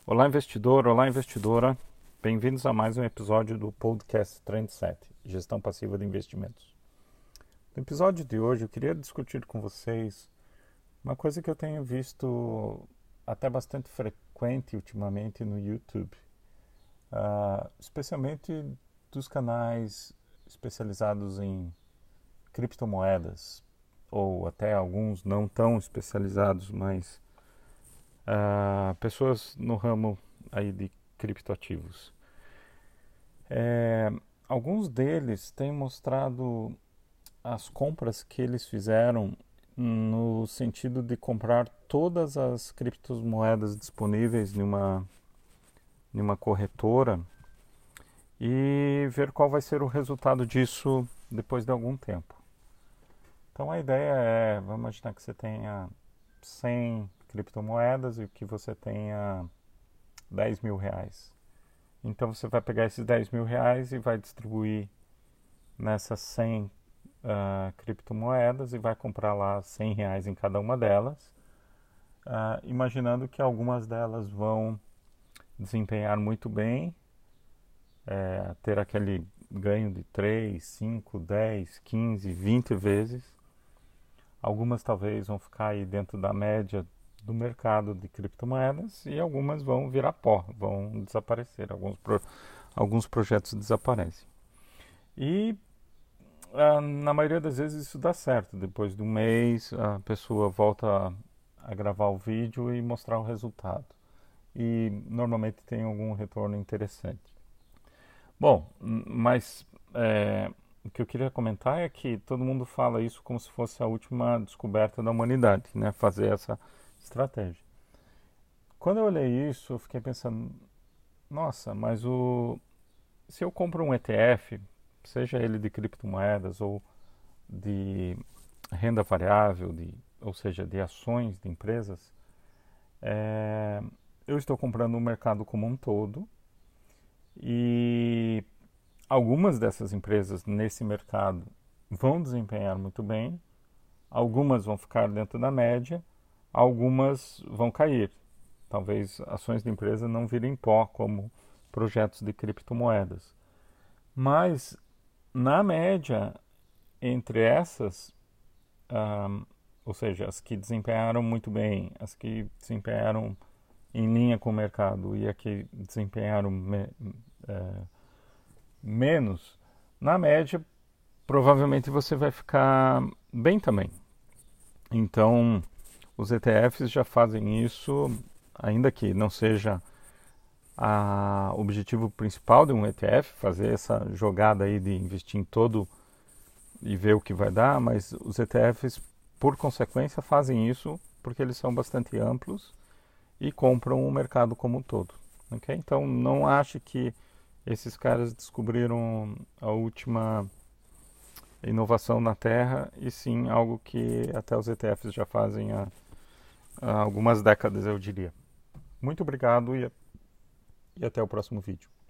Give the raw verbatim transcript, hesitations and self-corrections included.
Olá, investidor, olá, investidora. Bem-vindos a mais um episódio do podcast Trend sete, Gestão Passiva de Investimentos. No episódio de hoje, eu queria discutir com vocês uma coisa que eu tenho visto até bastante frequente ultimamente no YouTube, uh, especialmente dos canais especializados em criptomoedas, ou até alguns não tão especializados, mas uh, pessoas no ramo aí de criptoativos. É, alguns deles têm mostrado as compras que eles fizeram no sentido de comprar todas as criptomoedas disponíveis numa, numa corretora e ver qual vai ser o resultado disso depois de algum tempo. Então a ideia é, vamos imaginar que você tenha cem criptomoedas e que você tenha dez mil reais. Então você vai pegar esses dez mil reais e vai distribuir nessas cem uh, criptomoedas e vai comprar lá cem reais em cada uma delas, uh, imaginando que algumas delas vão desempenhar muito bem, é, ter aquele ganho de três, cinco, dez, quinze, vinte vezes. Algumas talvez vão ficar aí dentro da média do mercado de criptomoedas e algumas vão virar pó, vão desaparecer, alguns, pro, alguns projetos desaparecem. E ah, na maioria das vezes isso dá certo, depois de um mês a pessoa volta a, a gravar o vídeo e mostrar o resultado. E normalmente tem algum retorno interessante. Bom, mas é, o que eu queria comentar é que todo mundo fala isso como se fosse a última descoberta da humanidade, né? Fazer essa estratégia. Quando eu olhei isso, eu fiquei pensando, nossa, mas o se eu compro um E T F, seja ele de criptomoedas ou de renda variável, de, ou seja, de ações de empresas, é, eu estou comprando o mercado como um todo e algumas dessas empresas nesse mercado vão desempenhar muito bem, algumas vão ficar dentro da média, algumas vão cair. Talvez ações de empresa não virem pó como projetos de criptomoedas. Mas, na média, entre essas, um, ou seja, as que desempenharam muito bem, as que desempenharam em linha com o mercado e as que desempenharam me, é, menos, na média, provavelmente você vai ficar bem também. Então, os E T Fs já fazem isso, ainda que não seja o objetivo principal de um E T F, fazer essa jogada aí de investir em todo e ver o que vai dar, mas os E T Fs, por consequência, fazem isso porque eles são bastante amplos e compram o mercado como um todo. Okay? Então, não ache que esses caras descobriram a última inovação na Terra, e sim algo que até os E T Fs já fazem há, há algumas décadas, eu diria. Muito obrigado e, e até o próximo vídeo.